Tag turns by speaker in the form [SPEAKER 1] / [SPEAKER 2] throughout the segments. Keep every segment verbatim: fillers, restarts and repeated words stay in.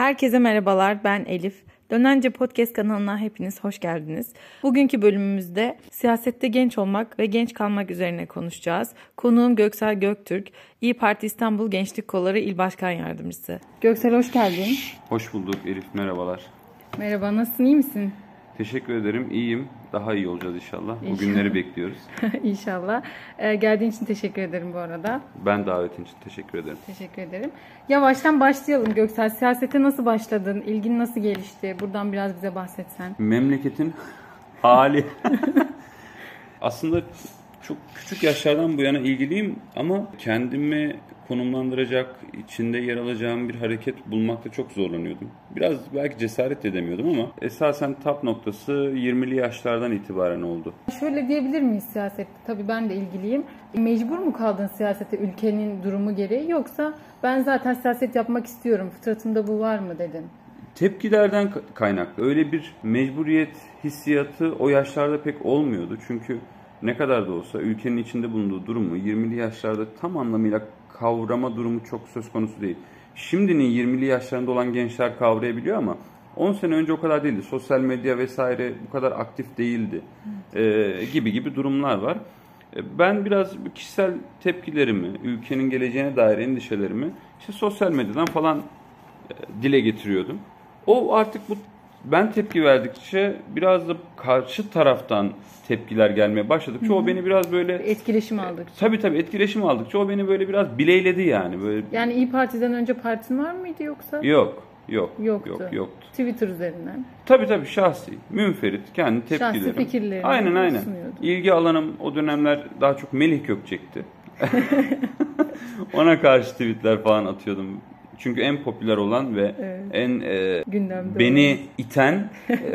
[SPEAKER 1] Herkese merhabalar, ben Elif. Dönence Podcast kanalına hepiniz hoş geldiniz. Bugünkü bölümümüzde siyasette genç olmak ve genç kalmak üzerine konuşacağız. Konuğum Göksel Göktürk, İYİ Parti İstanbul Gençlik Kolları İl Başkan Yardımcısı. Göksel hoş geldin.
[SPEAKER 2] Hoş bulduk Elif, merhabalar.
[SPEAKER 1] Merhaba, nasılsın, iyi misin?
[SPEAKER 2] Teşekkür ederim, iyiyim. Daha iyi olacağız inşallah. inşallah. O günleri bekliyoruz.
[SPEAKER 1] İnşallah. Ee, geldiğin için teşekkür ederim bu arada.
[SPEAKER 2] Ben davetin için teşekkür ederim.
[SPEAKER 1] Teşekkür ederim. Yavaştan başlayalım Göksel. Siyasete nasıl başladın? İlgin nasıl gelişti? Buradan biraz bize bahsetsen.
[SPEAKER 2] Memleketin hali. Aslında çok küçük yaşlardan bu yana ilgiliyim ama kendimi konumlandıracak, içinde yer alacağım bir hareket bulmakta çok zorlanıyordum. Biraz belki cesaret edemiyordum ama esasen tap noktası yirmili yaşlardan itibaren oldu.
[SPEAKER 1] Şöyle diyebilir miyiz siyasette? Tabii ben de ilgiliyim. Mecbur mu kaldın siyasete ülkenin durumu gereği, yoksa ben zaten siyaset yapmak istiyorum, fıtratımda bu var mı dedin?
[SPEAKER 2] Tepkilerden kaynaklı. Öyle bir mecburiyet hissiyatı o yaşlarda pek olmuyordu. Çünkü ne kadar da olsa ülkenin içinde bulunduğu durumu yirmili yaşlarda tam anlamıyla kavrama durumu çok söz konusu değil. Şimdinin yirmili yaşlarında olan gençler kavrayabiliyor ama on sene önce o kadar değildi. Sosyal medya vesaire bu kadar aktif değildi. Ee, gibi gibi durumlar var. Ben biraz kişisel tepkilerimi, ülkenin geleceğine dair endişelerimi işte sosyal medyadan falan dile getiriyordum. O artık bu ben tepki verdikçe biraz da karşı taraftan tepkiler gelmeye başladıkça Hı-hı. o beni biraz böyle
[SPEAKER 1] etkileşim aldıkça.
[SPEAKER 2] Tabii tabii etkileşim aldıkça o beni böyle biraz bileyledi yani böyle.
[SPEAKER 1] Yani İYİ Parti'den önce partin var mıydı yoksa?
[SPEAKER 2] Yok, yok.
[SPEAKER 1] Yoktu.
[SPEAKER 2] Yok, yoktu.
[SPEAKER 1] Twitter üzerinden.
[SPEAKER 2] Tabii tabii şahsi, münferit, kendi tepkilerim.
[SPEAKER 1] Şahsi fikirlerini
[SPEAKER 2] Aynen aynen.
[SPEAKER 1] Sunuyordum.
[SPEAKER 2] İlgi alanım o dönemler daha çok Melih Gökçek'ti. Ona karşı tweetler falan atıyordum. Çünkü en popüler olan ve evet. en e, beni olan. iten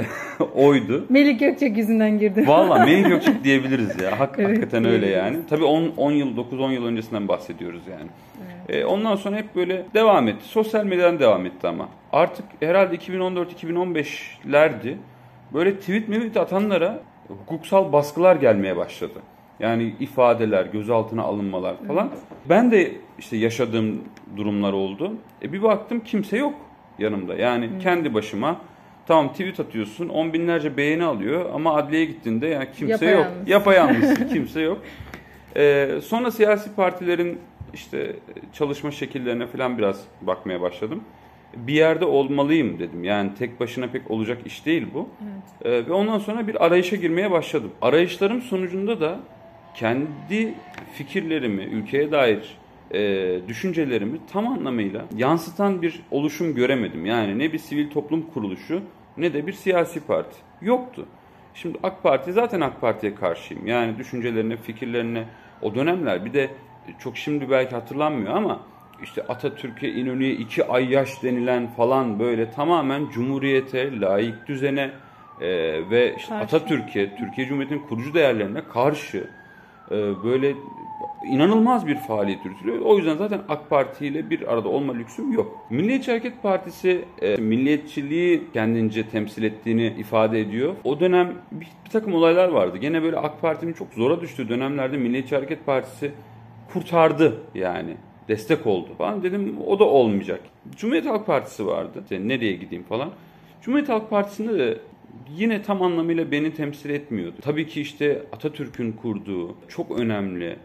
[SPEAKER 2] oydu.
[SPEAKER 1] Melih Gökçek yüzünden girdi.
[SPEAKER 2] Vallahi Melih Gökçek diyebiliriz ya. Hak, evet, hakikaten öyle yani. Tabii on yıl, dokuz on yıl öncesinden bahsediyoruz yani. Evet. E, ondan sonra hep böyle devam etti. Sosyal medyadan devam etti ama. Artık herhalde iki bin on dört iki bin on beşlerdi. Böyle tweet tweet atanlara hukuksal baskılar gelmeye başladı. Yani ifadeler, gözaltına alınmalar falan. Evet. Ben de işte yaşadığım durumlar oldu. E bir baktım kimse yok yanımda. Yani evet. kendi başıma tamam tweet atıyorsun, on binlerce beğeni alıyor ama adliyeye gittiğinde yani kimse yok. Yapayalnızsın, kimse yok. E, sonra siyasi partilerin işte çalışma şekillerine falan biraz bakmaya başladım. Bir yerde olmalıyım dedim. Yani tek başına pek olacak iş değil bu. Evet. E, ve ondan sonra bir arayışa girmeye başladım. Arayışlarım sonucunda da kendi fikirlerimi, ülkeye dair e, düşüncelerimi tam anlamıyla yansıtan bir oluşum göremedim. Yani ne bir sivil toplum kuruluşu ne de bir siyasi parti. Yoktu. Şimdi AK Parti, zaten AK Parti'ye karşıyım. Yani düşüncelerine, fikirlerine o dönemler, bir de çok şimdi belki hatırlanmıyor ama işte Atatürk'e, İnönü'ye iki ay yaş denilen falan böyle tamamen Cumhuriyete, laik düzene e, ve işte Atatürk'e, Türkiye Cumhuriyeti'nin kurucu değerlerine karşı böyle inanılmaz bir faaliyet yürütülüyor. O yüzden zaten AK Parti ile bir arada olma lüksüm yok. Milliyetçi Hareket Partisi e, milliyetçiliği kendince temsil ettiğini ifade ediyor. O dönem bir, bir takım olaylar vardı. Gene böyle AK Parti'nin çok zora düştüğü dönemlerde Milliyetçi Hareket Partisi kurtardı yani. Destek oldu falan. Dedim o da olmayacak. Cumhuriyet Halk Partisi vardı. İşte nereye gideyim falan. Cumhuriyet Halk Partisi'nde de yine tam anlamıyla beni temsil etmiyordu. Tabii ki işte Atatürk'ün kurduğu çok önemli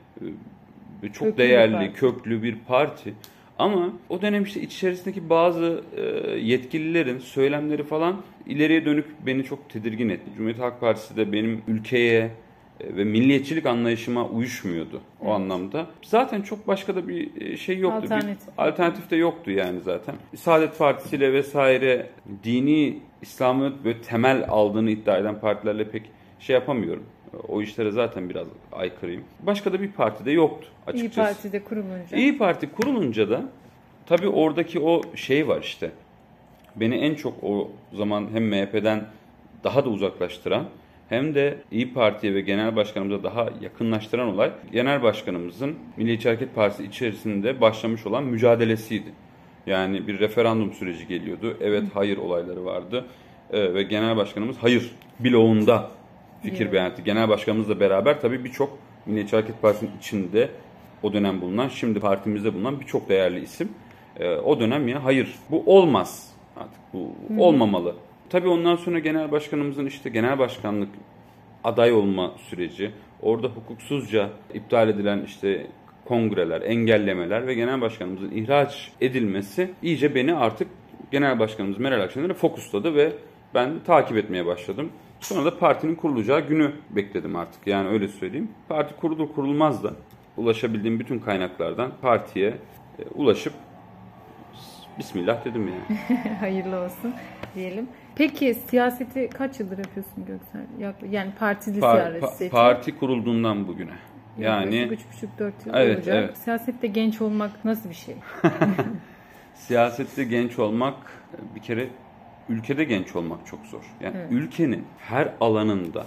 [SPEAKER 2] ve çok köklü değerli, bir köklü bir parti. Ama o dönem işte içerisindeki bazı yetkililerin söylemleri falan ileriye dönük beni çok tedirgin etti. Cumhuriyet Halk Partisi de benim ülkeye ve milliyetçilik anlayışıma uyuşmuyordu o evet. anlamda. Zaten çok başka da bir şey yoktu.
[SPEAKER 1] Alternatif.
[SPEAKER 2] Bir alternatif de yoktu yani zaten. Saadet Partisi ile vesaire dini İslam'ı böyle temel aldığını iddia eden partilerle pek şey yapamıyorum. O işlere zaten biraz aykırıyım. Başka da bir parti de yoktu açıkçası.
[SPEAKER 1] İYİ Parti'de kurulunca.
[SPEAKER 2] İYİ Parti kurulunca da tabii oradaki o şey var işte. Beni en çok o zaman hem M H P'den daha da uzaklaştıran hem de İYİ Parti'ye ve Genel Başkanımıza daha yakınlaştıran olay, Genel Başkanımızın Milliyetçi Hareket Partisi içerisinde başlamış olan mücadelesiydi. Yani bir referandum süreci geliyordu. Evet, hayır olayları vardı. Ee, ve Genel Başkanımız hayır bloğunda fikir evet. beyan etti. Genel Başkanımızla beraber tabii birçok Milliyetçi Hareket Partisi'nin içinde o dönem bulunan, şimdi partimizde bulunan birçok değerli isim. Ee, o dönem yine hayır bu olmaz Artık bu Hı. olmamalı. Tabii ondan sonra genel başkanımızın işte genel başkanlık aday olma süreci, orada hukuksuzca iptal edilen işte kongreler, engellemeler ve genel başkanımızın ihraç edilmesi iyice beni artık genel başkanımız Meral Akşener'e fokusladı ve ben takip etmeye başladım. Sonra da partinin kurulacağı günü bekledim artık. Yani öyle söyleyeyim. Parti kurulur kurulmaz da ulaşabildiğim bütün kaynaklardan partiye e, ulaşıp Bismillah dedim yani.
[SPEAKER 1] Hayırlı olsun diyelim. Peki siyaseti kaç yıldır yapıyorsun Göksel? Yani partili
[SPEAKER 2] Par,
[SPEAKER 1] siyaseti.
[SPEAKER 2] Pa, parti kurulduğundan bugüne. Yani
[SPEAKER 1] üç buçuk dört yıl
[SPEAKER 2] evet,
[SPEAKER 1] olacak.
[SPEAKER 2] Evet.
[SPEAKER 1] Siyasette genç olmak nasıl bir şey?
[SPEAKER 2] Siyasette genç olmak bir kere ülkede genç olmak çok zor. Yani evet. Ülkenin her alanında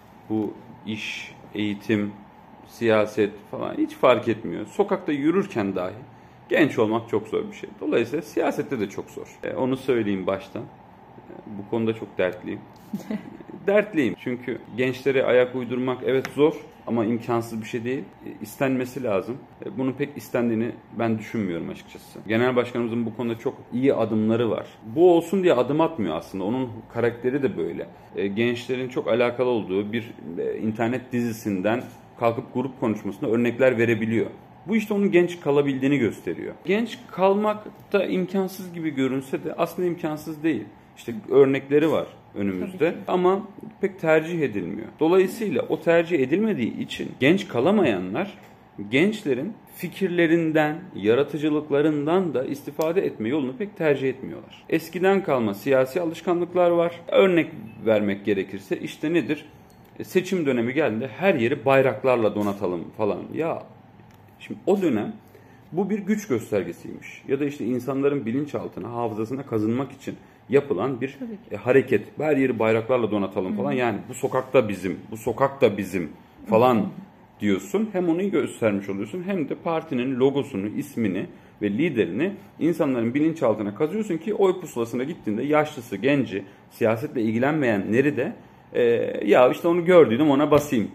[SPEAKER 2] bu iş, eğitim, siyaset falan hiç fark etmiyor. Sokakta yürürken dahi genç olmak çok zor bir şey. Dolayısıyla siyasette de çok zor. E, onu söyleyeyim baştan. E, bu konuda çok dertliyim. Dertliyim çünkü gençlere ayak uydurmak evet zor ama imkansız bir şey değil. E, istenmesi lazım. E, bunun pek istendiğini ben düşünmüyorum açıkçası. Genel başkanımızın bu konuda çok iyi adımları var. Bu olsun diye adım atmıyor aslında. Onun karakteri de böyle. E, gençlerin çok alakalı olduğu bir e, internet dizisinden kalkıp grup konuşmasında örnekler verebiliyor. Bu işte onun genç kalabildiğini gösteriyor. Genç kalmak da imkansız gibi görünse de aslında imkansız değil. İşte örnekleri var önümüzde ama pek tercih edilmiyor. Dolayısıyla o tercih edilmediği için genç kalamayanlar gençlerin fikirlerinden, yaratıcılıklarından da istifade etme yolunu pek tercih etmiyorlar. Eskiden kalma siyasi alışkanlıklar var. Örnek vermek gerekirse işte nedir? Seçim dönemi geldiğinde her yeri bayraklarla donatalım falan. Ya şimdi o dönem bu bir güç göstergesiymiş. Ya da işte insanların bilinçaltına, hafızasına kazınmak için yapılan bir e, hareket. Her yeri bayraklarla donatalım falan. Hı. Yani bu sokak da bizim, bu sokak da bizim falan Hı. diyorsun. Hem onu göstermiş oluyorsun hem de partinin logosunu, ismini ve liderini insanların bilinçaltına kazıyorsun ki oy pusulasına gittiğinde yaşlısı, genci, siyasetle ilgilenmeyenleri de e, ya işte onu gördüydüm ona basayım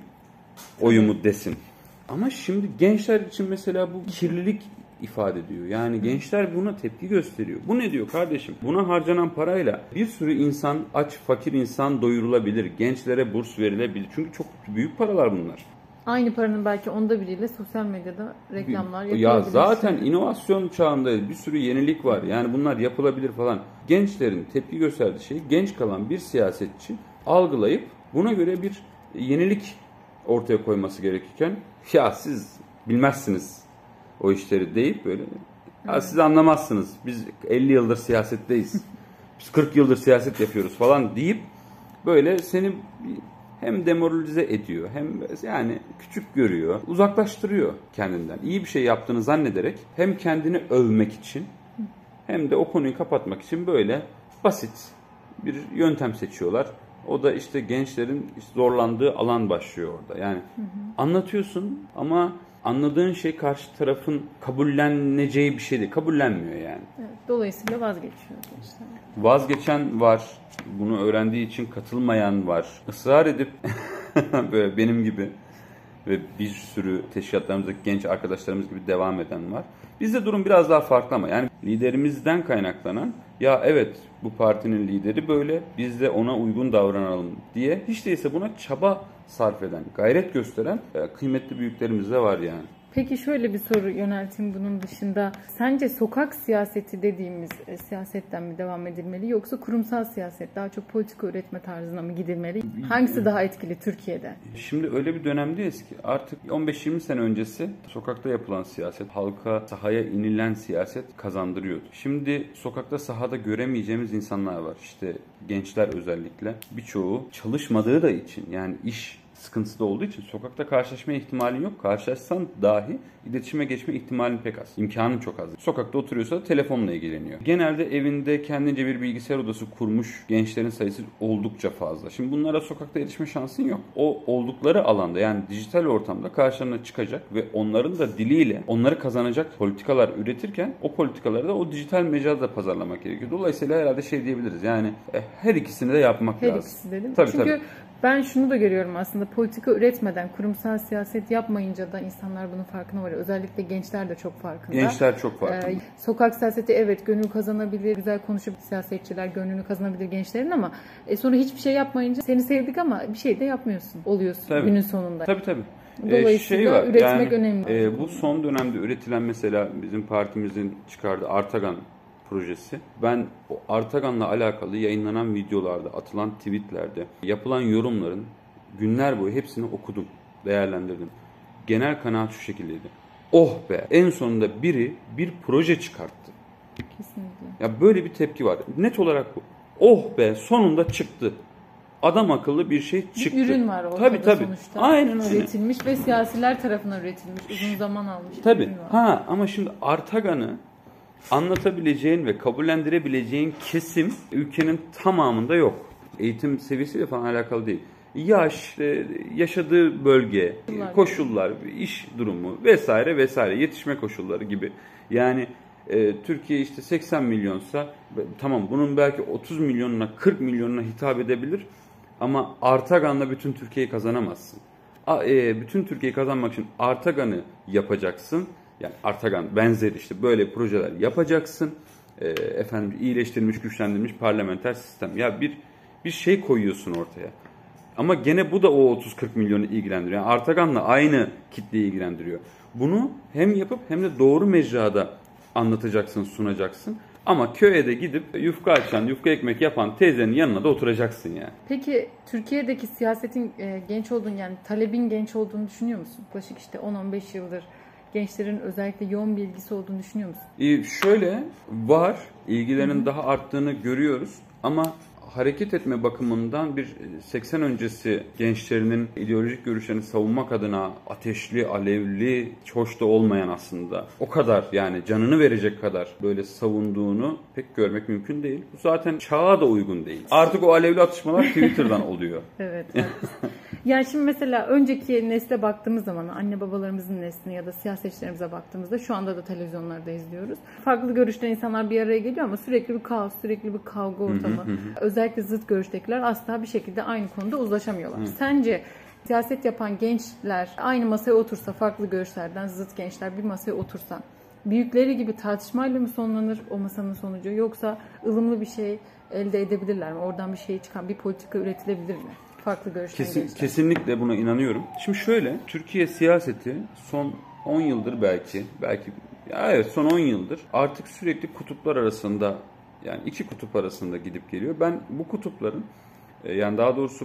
[SPEAKER 2] oyumu desin. Ama şimdi gençler için mesela bu kirlilik ifade ediyor. Yani gençler buna tepki gösteriyor. Bu ne diyor kardeşim? Buna harcanan parayla bir sürü insan, aç, fakir insan doyurulabilir. Gençlere burs verilebilir. Çünkü çok büyük paralar bunlar.
[SPEAKER 1] Aynı paranın belki onda biriyle sosyal medyada reklamlar yapılabilir.
[SPEAKER 2] Ya zaten inovasyon çağındayız. Bir sürü yenilik var. Yani bunlar yapılabilir falan. Gençlerin tepki gösterdiği şey genç kalan bir siyasetçi algılayıp buna göre bir yenilik ortaya koyması gerekirken ya siz bilmezsiniz o işleri deyip böyle ya siz anlamazsınız. Biz elli yıldır siyasetteyiz. Biz kırk yıldır siyaset yapıyoruz falan deyip böyle seni hem demoralize ediyor hem yani küçük görüyor, uzaklaştırıyor kendinden. İyi bir şey yaptığını zannederek hem kendini övmek için hem de o konuyu kapatmak için böyle basit bir yöntem seçiyorlar. O da işte gençlerin zorlandığı alan başlıyor orada. Yani hı hı. anlatıyorsun ama anladığın şey karşı tarafın kabulleneceği bir şey değil. Kabullenmiyor yani.
[SPEAKER 1] Evet, dolayısıyla vazgeçiyor gençler.
[SPEAKER 2] Vazgeçen var. Bunu öğrendiği için katılmayan var. Israr edip böyle benim gibi ve bir sürü teşkilatlarımızdaki genç arkadaşlarımız gibi devam eden var. Bizde durum biraz daha farklı ama yani liderimizden kaynaklanan ya evet bu partinin lideri böyle biz de ona uygun davranalım diye hiç değilse buna çaba sarf eden, gayret gösteren kıymetli büyüklerimiz de var yani.
[SPEAKER 1] Peki şöyle bir soru yönelteyim bunun dışında. Sence sokak siyaseti dediğimiz e, siyasetten mi devam edilmeli yoksa kurumsal siyaset daha çok politika üretme tarzına mı gidilmeli? Hangisi daha etkili Türkiye'de?
[SPEAKER 2] Şimdi öyle bir dönemdeyiz ki artık on beş yirmi sene öncesi sokakta yapılan siyaset, halka sahaya inilen siyaset kazandırıyordu. Şimdi sokakta sahada göremeyeceğimiz insanlar var. İşte gençler özellikle. Birçoğu çalışmadığı da için yani iş sıkıntısı da olduğu için sokakta karşılaşma ihtimalin yok. Karşılaşsan dahi iletişime geçme ihtimalin pek az. İmkanın çok az. Sokakta oturuyorsa da telefonla ilgileniyor. Genelde evinde kendince bir bilgisayar odası kurmuş gençlerin sayısı oldukça fazla. Şimdi bunlara sokakta erişme şansın yok. O oldukları alanda yani dijital ortamda karşılarına çıkacak ve onların da diliyle onları kazanacak politikalar üretirken o politikaları da o dijital mecrada pazarlamak gerekiyor. Dolayısıyla herhalde şey diyebiliriz yani her ikisini de yapmak
[SPEAKER 1] her
[SPEAKER 2] lazım.
[SPEAKER 1] Her ikisi dedim.
[SPEAKER 2] Tabii,
[SPEAKER 1] Çünkü
[SPEAKER 2] tabii.
[SPEAKER 1] Ben şunu da görüyorum aslında, politika üretmeden, kurumsal siyaset yapmayınca da insanlar bunun farkına varıyor. Özellikle gençler de çok farkında.
[SPEAKER 2] Gençler çok farkında.
[SPEAKER 1] Ee, sokak siyaseti evet gönül kazanabilir, güzel konuşup siyasetçiler gönlünü kazanabilir gençlerin ama e, sonra hiçbir şey yapmayınca seni sevdik ama bir şey de yapmıyorsun, oluyorsun tabii. Günün sonunda.
[SPEAKER 2] Tabii tabii.
[SPEAKER 1] Dolayısıyla şey var, üretmek yani, önemli.
[SPEAKER 2] E, bu son dönemde üretilen mesela bizim partimizin çıkardığı Artagan projesi. Ben o Artagan'la alakalı yayınlanan videolarda, atılan tweetlerde, yapılan yorumların günler boyu hepsini okudum, değerlendirdim. Genel kanaat şu şekildeydi. Oh be, en sonunda biri bir proje çıkarttı.
[SPEAKER 1] Kesinlikle.
[SPEAKER 2] Ya böyle bir tepki var. Net olarak bu. Oh be, sonunda çıktı. Adam akıllı bir şey çıktı.
[SPEAKER 1] Bir ürün var ortada
[SPEAKER 2] tabii, tabii.
[SPEAKER 1] sonuçta.
[SPEAKER 2] Aynen öyle.
[SPEAKER 1] Üretilmiş ve siyasiler tarafından üretilmiş. Uzun zaman almış.
[SPEAKER 2] Tabii. Ha, ama şimdi Artagan'ı anlatabileceğin ve kabullendirebileceğin kesim ülkenin tamamında yok. Eğitim seviyesiyle falan alakalı değil. Yaş, yaşadığı bölge, koşullar, iş durumu vesaire vesaire, yetişme koşulları gibi. Yani e, Türkiye işte seksen milyonsa tamam, bunun belki otuz milyonuna, kırk milyonuna hitap edebilir ama Artagan'la bütün Türkiye'yi kazanamazsın. A, e, bütün Türkiye'yi kazanmak için Artagan'ı yapacaksın. Yani Artagan benzeri işte böyle projeler yapacaksın. E, efendim iyileştirilmiş, güçlendirilmiş parlamenter sistem. Ya bir bir şey koyuyorsun ortaya. Ama gene bu da o otuz kırk milyonu ilgilendiriyor. Yani Artagan'la aynı kitleyi ilgilendiriyor. Bunu hem yapıp hem de doğru mecrada anlatacaksın, sunacaksın. Ama köye de gidip yufka açan, yufka ekmek yapan teyzenin yanına da oturacaksın yani.
[SPEAKER 1] Peki Türkiye'deki siyasetin e, genç olduğunu, yani talebin genç olduğunu düşünüyor musun? Yaklaşık işte on on beş yıldır gençlerin özellikle yoğun bir ilgisi olduğunu düşünüyor musun?
[SPEAKER 2] Ee, şöyle var, ilgilerinin Hı-hı. daha arttığını görüyoruz ama hareket etme bakımından bir seksen öncesi gençlerinin ideolojik görüşlerini savunmak adına ateşli, alevli, hoş da olmayan aslında o kadar, yani canını verecek kadar böyle savunduğunu pek görmek mümkün değil. Bu zaten çağa da uygun değil. Artık o alevli atışmalar Twitter'dan oluyor.
[SPEAKER 1] Evet. Yani şimdi mesela önceki nesle baktığımız zaman, anne babalarımızın nesline ya da siyasetçilerimize baktığımızda, şu anda da televizyonlarda izliyoruz. Farklı görüşten insanlar bir araya geliyor ama sürekli bir kaos, sürekli bir kavga ortamı. Özellikle zıt görüştekiler asla bir şekilde aynı konuda uzlaşamıyorlar. Hı. Sence siyaset yapan gençler aynı masaya otursa, farklı görüşlerden zıt gençler bir masaya otursa, büyükleri gibi tartışmayla mı sonlanır o masanın sonucu, yoksa ılımlı bir şey elde edebilirler mi? Oradan bir şey çıkan bir politika üretilebilir mi? Farklı görüşten
[SPEAKER 2] Kesin,
[SPEAKER 1] gençler.
[SPEAKER 2] Kesinlikle buna inanıyorum. Şimdi şöyle, Türkiye siyaseti son on yıldır belki, belki ya evet son on yıldır artık sürekli kutuplar arasında, yani iki kutup arasında gidip geliyor. Ben bu kutupların, yani daha doğrusu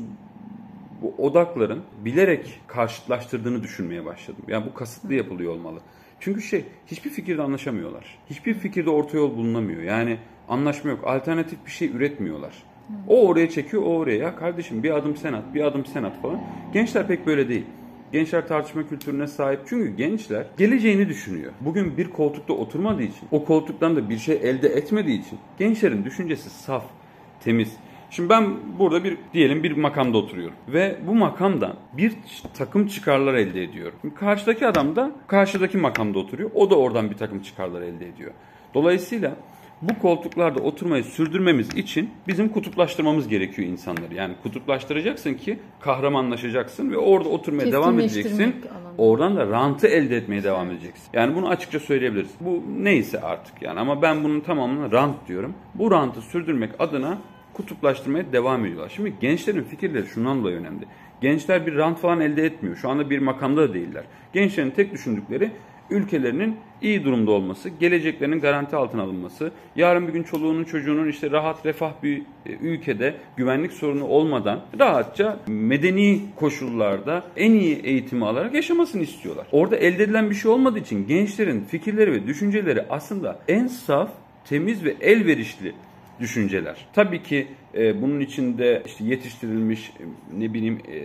[SPEAKER 2] bu odakların bilerek karşıtlaştırdığını düşünmeye başladım. Yani bu kasıtlı yapılıyor olmalı. Çünkü şey, hiçbir fikirde anlaşamıyorlar. Hiçbir fikirde orta yol bulunamıyor. Yani anlaşma yok. Alternatif bir şey üretmiyorlar. O oraya çekiyor, o oraya. Ya kardeşim bir adım sen at, bir adım sen at falan. Gençler pek böyle değil. Gençler tartışma kültürüne sahip. Çünkü gençler geleceğini düşünüyor. Bugün bir koltukta oturmadığı için, o koltuktan da bir şey elde etmediği için gençlerin düşüncesi saf, temiz. Şimdi ben burada bir diyelim bir makamda oturuyorum ve bu makamdan bir takım çıkarlar elde ediyorum. Karşıdaki adam da karşıdaki makamda oturuyor. O da oradan bir takım çıkarlar elde ediyor. Dolayısıyla bu koltuklarda oturmayı sürdürmemiz için bizim kutuplaştırmamız gerekiyor insanları. Yani kutuplaştıracaksın ki kahramanlaşacaksın ve orada oturmaya devam edeceksin. Alanı. Oradan da rantı elde etmeye devam edeceksin. Yani bunu açıkça söyleyebiliriz. Bu neyse artık yani, ama ben bunun tamamına rant diyorum. Bu rantı sürdürmek adına kutuplaştırmaya devam ediyorlar. Şimdi gençlerin fikirleri şundan dolayı önemli. Gençler bir rant falan elde etmiyor. Şu anda bir makamda da değiller. Gençlerin tek düşündükleri ülkelerinin iyi durumda olması, geleceklerinin garanti altına alınması, yarın bir gün çoluğunun çocuğunun işte rahat, refah bir ülkede güvenlik sorunu olmadan rahatça medeni koşullarda en iyi eğitimi alarak yaşamasını istiyorlar. Orada elde edilen bir şey olmadığı için gençlerin fikirleri ve düşünceleri aslında en saf, temiz ve elverişli düşünceler. Tabii ki e, bunun içinde işte yetiştirilmiş e, ne bileyim e,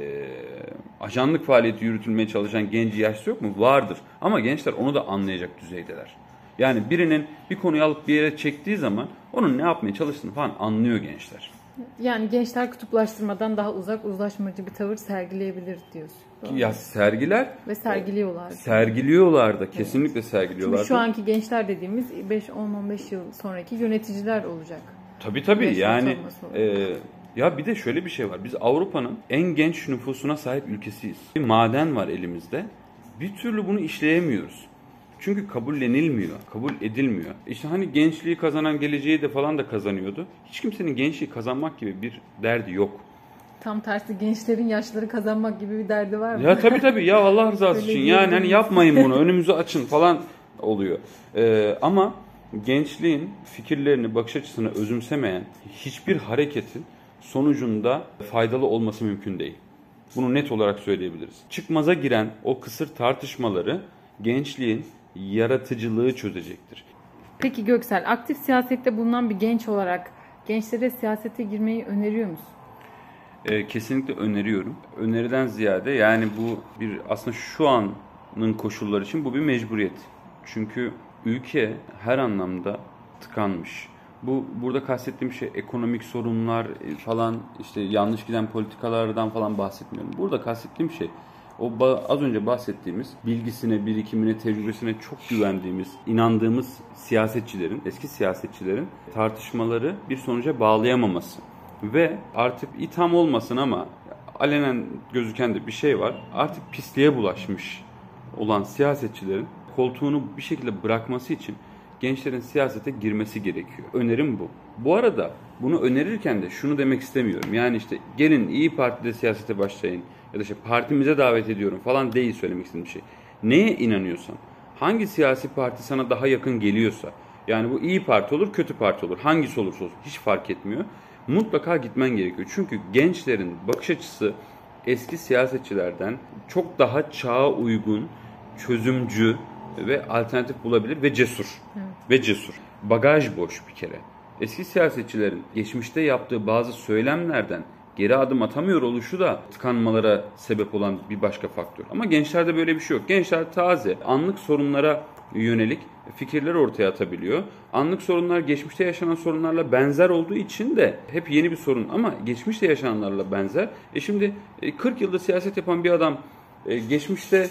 [SPEAKER 2] ajanlık faaliyeti yürütülmeye çalışan genci yaşlı yok mu? Vardır. Ama gençler onu da anlayacak düzeydeler. Yani birinin bir konuyu alıp bir yere çektiği zaman onun ne yapmaya çalıştığını falan anlıyor gençler.
[SPEAKER 1] Yani gençler kutuplaştırmadan daha uzak, uzlaşmacı bir tavır sergileyebilir diyorsun. Doğru.
[SPEAKER 2] Ya sergiler
[SPEAKER 1] ve sergiliyorlar.
[SPEAKER 2] Sergiliyorlar da, kesinlikle evet. sergiliyorlar.
[SPEAKER 1] Çünkü şu anki gençler dediğimiz beş on on beş yıl sonraki yöneticiler olacak.
[SPEAKER 2] Tabii tabii, yani e, Ya bir de şöyle bir şey var. Biz Avrupa'nın en genç nüfusuna sahip ülkesiyiz. Bir maden var elimizde. Bir türlü bunu işleyemiyoruz. Çünkü kabullenilmiyor, kabul edilmiyor. İşte hani gençliği kazanan geleceği de falan da kazanıyordu. Hiç kimsenin gençliği kazanmak gibi bir derdi yok.
[SPEAKER 1] Tam tersi gençlerin yaşları kazanmak gibi bir derdi var mı?
[SPEAKER 2] Ya tabii tabii ya Allah rızası için yani hani yapmayın bunu, önümüzü açın falan oluyor. Ee, ama gençliğin fikirlerini, bakış açısını özümsemeyen hiçbir hareketin sonucunda faydalı olması mümkün değil. Bunu net olarak söyleyebiliriz. Çıkmaza giren o kısır tartışmaları gençliğin yaratıcılığı çözecektir.
[SPEAKER 1] Peki Göksel, aktif siyasette bulunan bir genç olarak gençlere siyasete girmeyi öneriyor musun?
[SPEAKER 2] Ee, kesinlikle öneriyorum. Öneriden ziyade yani bu bir aslında şu anın koşulları için bu bir mecburiyet. Çünkü ülke her anlamda tıkanmış. Bu burada kastettiğim şey ekonomik sorunlar falan, işte yanlış giden politikalardan falan bahsetmiyorum. Burada kastettiğim şey o az önce bahsettiğimiz bilgisine, birikimine, tecrübesine çok güvendiğimiz, inandığımız siyasetçilerin, eski siyasetçilerin tartışmaları bir sonuca bağlayamaması. Ve artık itham olmasın ama alenen gözüken de bir şey var. Artık pisliğe bulaşmış olan siyasetçilerin koltuğunu bir şekilde bırakması için gençlerin siyasete girmesi gerekiyor. Önerim bu. Bu arada bunu önerirken de şunu demek istemiyorum. Yani işte gelin İyi Parti'de siyasete başlayın ya da işte partimize davet ediyorum falan değil söylemek istediğim şey. Neye inanıyorsan, hangi siyasi parti sana daha yakın geliyorsa, yani bu İyi Parti olur, kötü parti olur, hangisi olursa olsun hiç fark etmiyor. Mutlaka gitmen gerekiyor. Çünkü gençlerin bakış açısı eski siyasetçilerden çok daha çağa uygun, çözümcü ve alternatif bulabilir ve cesur. Evet. Ve cesur. Bagaj boş bir kere. Eski siyasetçilerin geçmişte yaptığı bazı söylemlerden geri adım atamıyor oluşu da tıkanmalara sebep olan bir başka faktör. Ama gençlerde böyle bir şey yok. Gençler taze, anlık sorunlara yönelik fikirler ortaya atabiliyor. Anlık sorunlar geçmişte yaşanan sorunlarla benzer olduğu için de hep yeni bir sorun ama geçmişte yaşananlarla benzer. E şimdi kırk yılda siyaset yapan bir adam geçmişte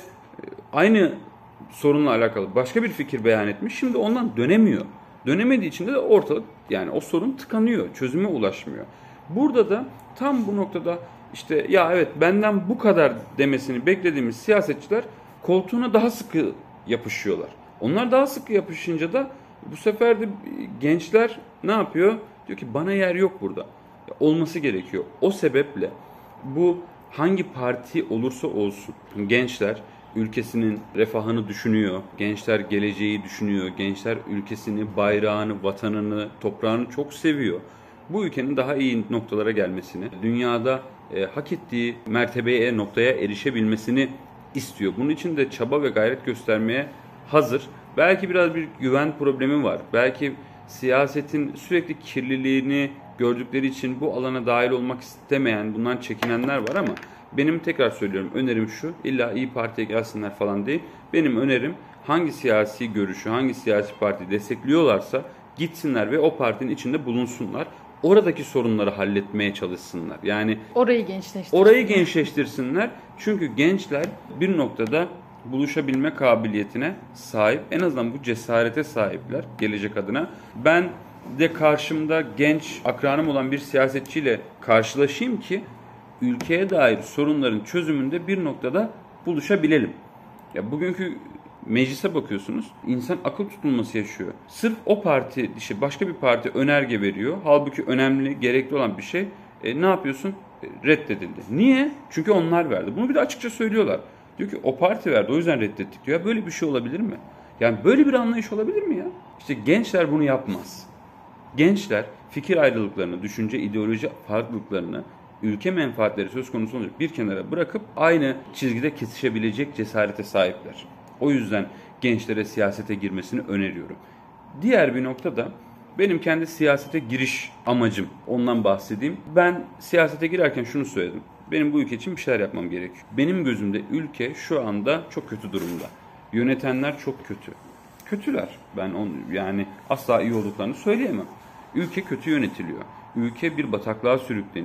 [SPEAKER 2] aynı sorunla alakalı başka bir fikir beyan etmiş. Şimdi ondan dönemiyor. Dönemediği için de ortalık, yani o sorun tıkanıyor, çözüme ulaşmıyor. Burada da tam bu noktada işte ya evet benden bu kadar demesini beklediğimiz siyasetçiler koltuğuna daha sıkı yapışıyorlar. Onlar daha sıkı yapışınca da bu sefer de gençler ne yapıyor? Diyor ki bana yer yok burada. Olması gerekiyor. O sebeple bu hangi parti olursa olsun gençler ülkesinin refahını düşünüyor. Gençler geleceği düşünüyor. Gençler ülkesini, bayrağını, vatanını, toprağını çok seviyor. Bu ülkenin daha iyi noktalara gelmesini, dünyada e, hak ettiği mertebeye, noktaya erişebilmesini istiyor. Bunun için de çaba ve gayret göstermeye hazır. Belki biraz bir güven problemi var. Belki siyasetin sürekli kirliliğini gördükleri için bu alana dahil olmak istemeyen, bundan çekinenler var ama benim tekrar söylüyorum önerim şu, illa İyi Parti'ye gelsinler falan değil. Benim önerim hangi siyasi görüşü, hangi siyasi parti destekliyorlarsa gitsinler ve o partinin içinde bulunsunlar. Oradaki sorunları halletmeye çalışsınlar. Yani
[SPEAKER 1] orayı gençleştirsinler.
[SPEAKER 2] Orayı gençleştirsinler. Çünkü gençler bir noktada buluşabilme kabiliyetine sahip. En azından bu cesarete sahipler gelecek adına. Ben de karşımda genç akranım olan bir siyasetçiyle karşılaşayım ki ülkeye dair sorunların çözümünde bir noktada buluşabilelim. Ya bugünkü meclise bakıyorsunuz, insan akıl tutulması yaşıyor. Sırf o parti, işte başka bir parti önerge veriyor. Halbuki önemli, gerekli olan bir şey. E, ne yapıyorsun? E, reddedildi. Niye? Çünkü onlar verdi. Bunu bir de açıkça söylüyorlar. Diyor ki o parti verdi, o yüzden reddettik diyor. Ya böyle bir şey olabilir mi? Yani böyle bir anlayış olabilir mi ya? İşte gençler bunu yapmaz. Gençler fikir ayrılıklarını, düşünce, ideoloji farklılıklarını, ülke menfaatleri söz konusu olunca bir kenara bırakıp aynı çizgide kesişebilecek cesarete sahipler. O yüzden gençlere siyasete girmesini öneriyorum. Diğer bir nokta da benim kendi siyasete giriş amacım. Ondan bahsedeyim. Ben siyasete girerken şunu söyledim. Benim bu ülke için bir şeyler yapmam gerekiyor. Benim gözümde ülke şu anda çok kötü durumda. Yönetenler çok kötü. Kötüler. Ben onu yani asla iyi olduklarını söyleyemem. Ülke kötü yönetiliyor. Ülke bir bataklığa sürükleniyor.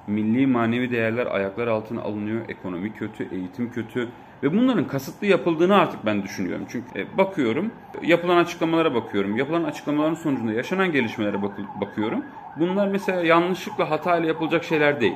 [SPEAKER 2] Milli manevi değerler ayaklar altına alınıyor. Ekonomi kötü, eğitim kötü. Ve bunların kasıtlı yapıldığını artık ben düşünüyorum. Çünkü bakıyorum, yapılan açıklamalara bakıyorum. Yapılan açıklamaların sonucunda yaşanan gelişmelere bakıyorum. Bunlar mesela yanlışlıkla, hatayla yapılacak şeyler değil.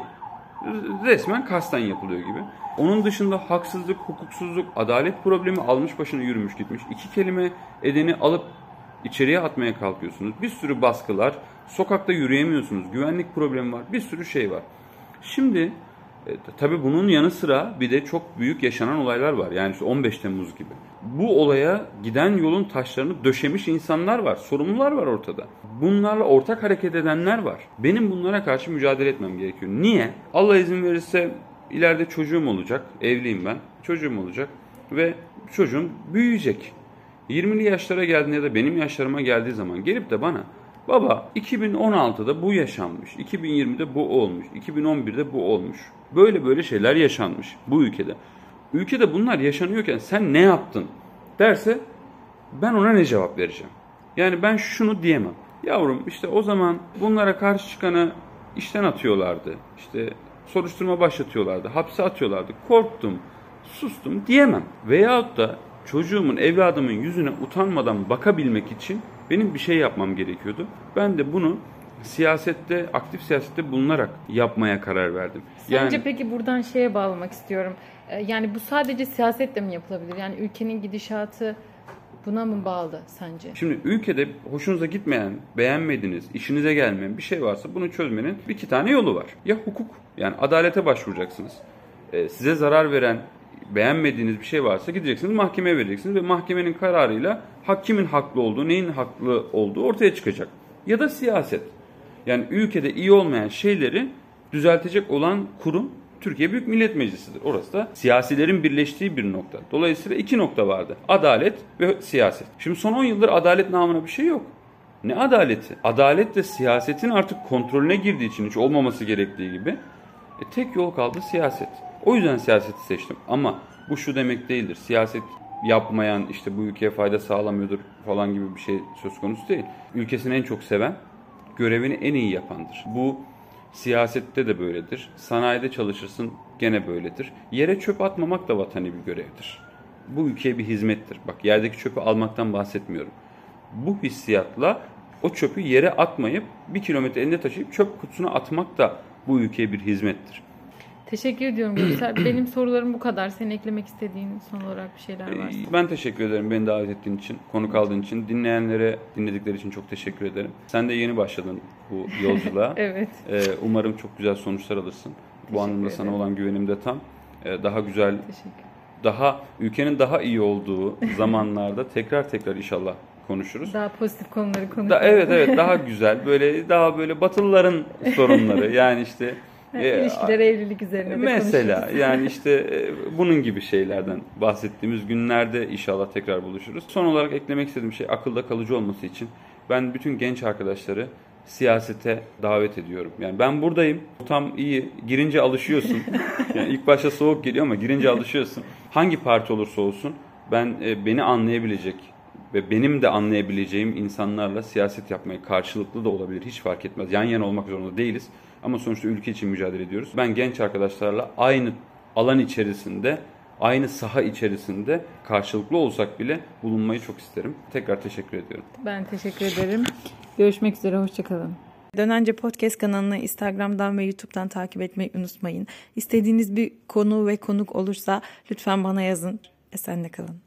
[SPEAKER 2] Resmen kasten yapılıyor gibi. Onun dışında haksızlık, hukuksuzluk, adalet problemi almış başına yürümüş gitmiş. İki kelime edeni alıp içeriye atmaya kalkıyorsunuz. Bir sürü baskılar, sokakta yürüyemiyorsunuz, güvenlik problemi var, bir sürü şey var. Şimdi e, tabii bunun yanı sıra bir de çok büyük yaşanan olaylar var. Yani işte on beş Temmuz gibi. Bu olaya giden yolun taşlarını döşemiş insanlar var, sorumlular var ortada. Bunlarla ortak hareket edenler var. Benim bunlara karşı mücadele etmem gerekiyor. Niye? Allah izin verirse ileride çocuğum olacak, evliyim ben, çocuğum olacak ve çocuğum büyüyecek. yirmili yaşlara geldiğinde ya da benim yaşlarıma geldiği zaman gelip de bana baba iki bin on altıda bu yaşanmış, iki bin yirmide bu olmuş, iki bin on birde bu olmuş. Böyle böyle şeyler yaşanmış bu ülkede. Ülkede bunlar yaşanıyorken sen ne yaptın derse ben ona ne cevap vereceğim? Yani ben şunu diyemem. Yavrum işte o zaman bunlara karşı çıkanı işten atıyorlardı. İşte soruşturma başlatıyorlardı, hapse atıyorlardı. Korktum, sustum diyemem. Veyahut da çocuğumun, evladımın yüzüne utanmadan bakabilmek için benim bir şey yapmam gerekiyordu. Ben de bunu siyasette, aktif siyasette bulunarak yapmaya karar verdim.
[SPEAKER 1] Sence
[SPEAKER 2] yani,
[SPEAKER 1] peki buradan şeye bağlamak istiyorum. Yani bu sadece siyasetle mi yapılabilir? Yani ülkenin gidişatı buna mı bağlı sence?
[SPEAKER 2] Şimdi ülkede hoşunuza gitmeyen, beğenmediğiniz, işinize gelmeyen bir şey varsa bunu çözmenin bir iki tane yolu var. Ya hukuk, yani adalete başvuracaksınız. Ee, size zarar veren, beğenmediğiniz bir şey varsa gideceksiniz, mahkemeye vereceksiniz ve mahkemenin kararıyla hak kimin haklı olduğu, neyin haklı olduğu ortaya çıkacak. Ya da siyaset. Yani ülkede iyi olmayan şeyleri düzeltecek olan kurum Türkiye Büyük Millet Meclisi'dir. Orası da siyasilerin birleştiği bir nokta. Dolayısıyla iki nokta vardı. Adalet ve siyaset. Şimdi son on yıldır adalet namına bir şey yok. Ne adaleti? Adalet de siyasetin artık kontrolüne girdiği için hiç olmaması gerektiği gibi e, tek yol kaldı siyaset. O yüzden siyaseti seçtim. Ama bu şu demek değildir. Siyaset yapmayan işte bu ülkeye fayda sağlamıyordur falan gibi bir şey söz konusu değil. Ülkesini en çok seven, görevini en iyi yapandır. Bu siyasette de böyledir. Sanayide çalışırsın gene böyledir. Yere çöp atmamak da vatani bir görevdir. Bu ülkeye bir hizmettir. Bak yerdeki çöpü almaktan bahsetmiyorum. Bu hissiyatla o çöpü yere atmayıp bir kilometre elinde taşıyıp çöp kutusuna atmak da bu ülkeye bir hizmettir.
[SPEAKER 1] Teşekkür ediyorum Göksel. Benim sorularım bu kadar. Senin eklemek istediğin son olarak bir şeyler varsa.
[SPEAKER 2] Ben teşekkür ederim beni davet ettiğin için, konuk aldığın için. Dinleyenlere dinledikleri için çok teşekkür ederim. Sen de yeni başladın bu yolculuğa.
[SPEAKER 1] Evet.
[SPEAKER 2] Ee, umarım çok güzel sonuçlar alırsın. Bu
[SPEAKER 1] Teşekkür
[SPEAKER 2] anlamda
[SPEAKER 1] ederim.
[SPEAKER 2] sana olan güvenim de tam. Ee, daha güzel,
[SPEAKER 1] Teşekkür.
[SPEAKER 2] daha ülkenin daha iyi olduğu zamanlarda tekrar tekrar inşallah konuşuruz.
[SPEAKER 1] Daha pozitif konuları konuşuruz.
[SPEAKER 2] Da, evet evet daha güzel böyle daha böyle Batılıların sorunları yani işte
[SPEAKER 1] e, ilişkiler, evlilik üzerine de
[SPEAKER 2] mesela
[SPEAKER 1] konuşuruz.
[SPEAKER 2] yani işte e, bunun gibi şeylerden bahsettiğimiz günlerde inşallah tekrar buluşuruz. Son olarak eklemek istediğim şey akılda kalıcı olması için ben bütün genç arkadaşları siyasete davet ediyorum. Yani ben buradayım. Tam iyi. Girince alışıyorsun. Yani ilk başta soğuk geliyor ama girince alışıyorsun. Hangi parti olursa olsun ben e, beni anlayabilecek ve benim de anlayabileceğim insanlarla siyaset yapmayı karşılıklı da olabilir. Hiç fark etmez. Yan yana olmak zorunda değiliz. Ama sonuçta ülke için mücadele ediyoruz. Ben genç arkadaşlarla aynı alan içerisinde, aynı saha içerisinde karşılıklı olsak bile bulunmayı çok isterim. Tekrar teşekkür ediyorum.
[SPEAKER 1] Ben teşekkür ederim. Görüşmek üzere. Hoşçakalın. Dönence Podcast kanalını Instagram'dan ve YouTube'dan takip etmeyi unutmayın. İstediğiniz bir konu ve konuk olursa lütfen bana yazın. Esenle kalın.